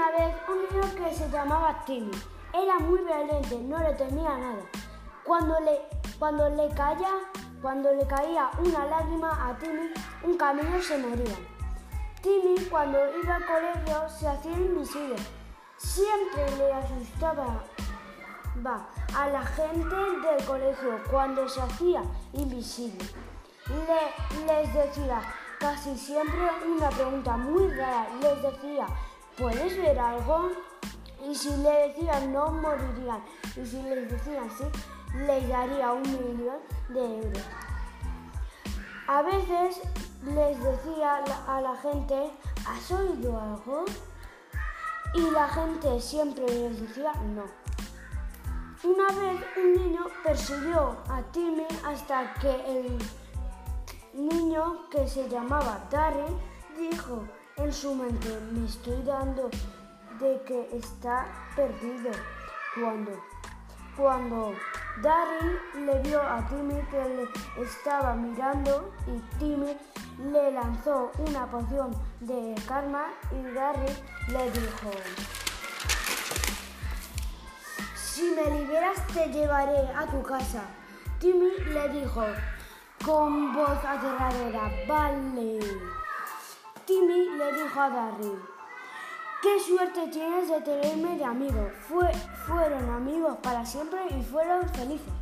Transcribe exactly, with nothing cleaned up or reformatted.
una vez un niño que se llamaba Timmy. Era muy valiente, no le temía nada. Cuando le, cuando le caía, cuando le caía una lágrima a Timmy, un camino se moría. Timmy, cuando iba al colegio, se hacía invisible. Siempre le asustaba va, a la gente del colegio cuando se hacía invisible. Le, les decía casi siempre una pregunta muy rara. Les decía, ¿puedes ver algo? Y si le decían no, morirían. Y si les decían sí, les daría un millón de euros. A veces les decía a la gente, ¿has oído algo? Y la gente siempre les decía no. Una vez un niño persiguió a Timmy hasta que el niño, que se llamaba Darren, dijo en su mente, me estoy dando de que está perdido. Cuando, cuando Darren le vio a Timmy que le estaba mirando y Timmy le lanzó una poción de karma y Darren le dijo, si me liberas te llevaré a tu casa. Timmy le dijo con voz aterradora, vale. Timmy le dijo a Darren, qué suerte tienes de tenerme de amigo. Fue, fueron amigos para siempre y fueron felices.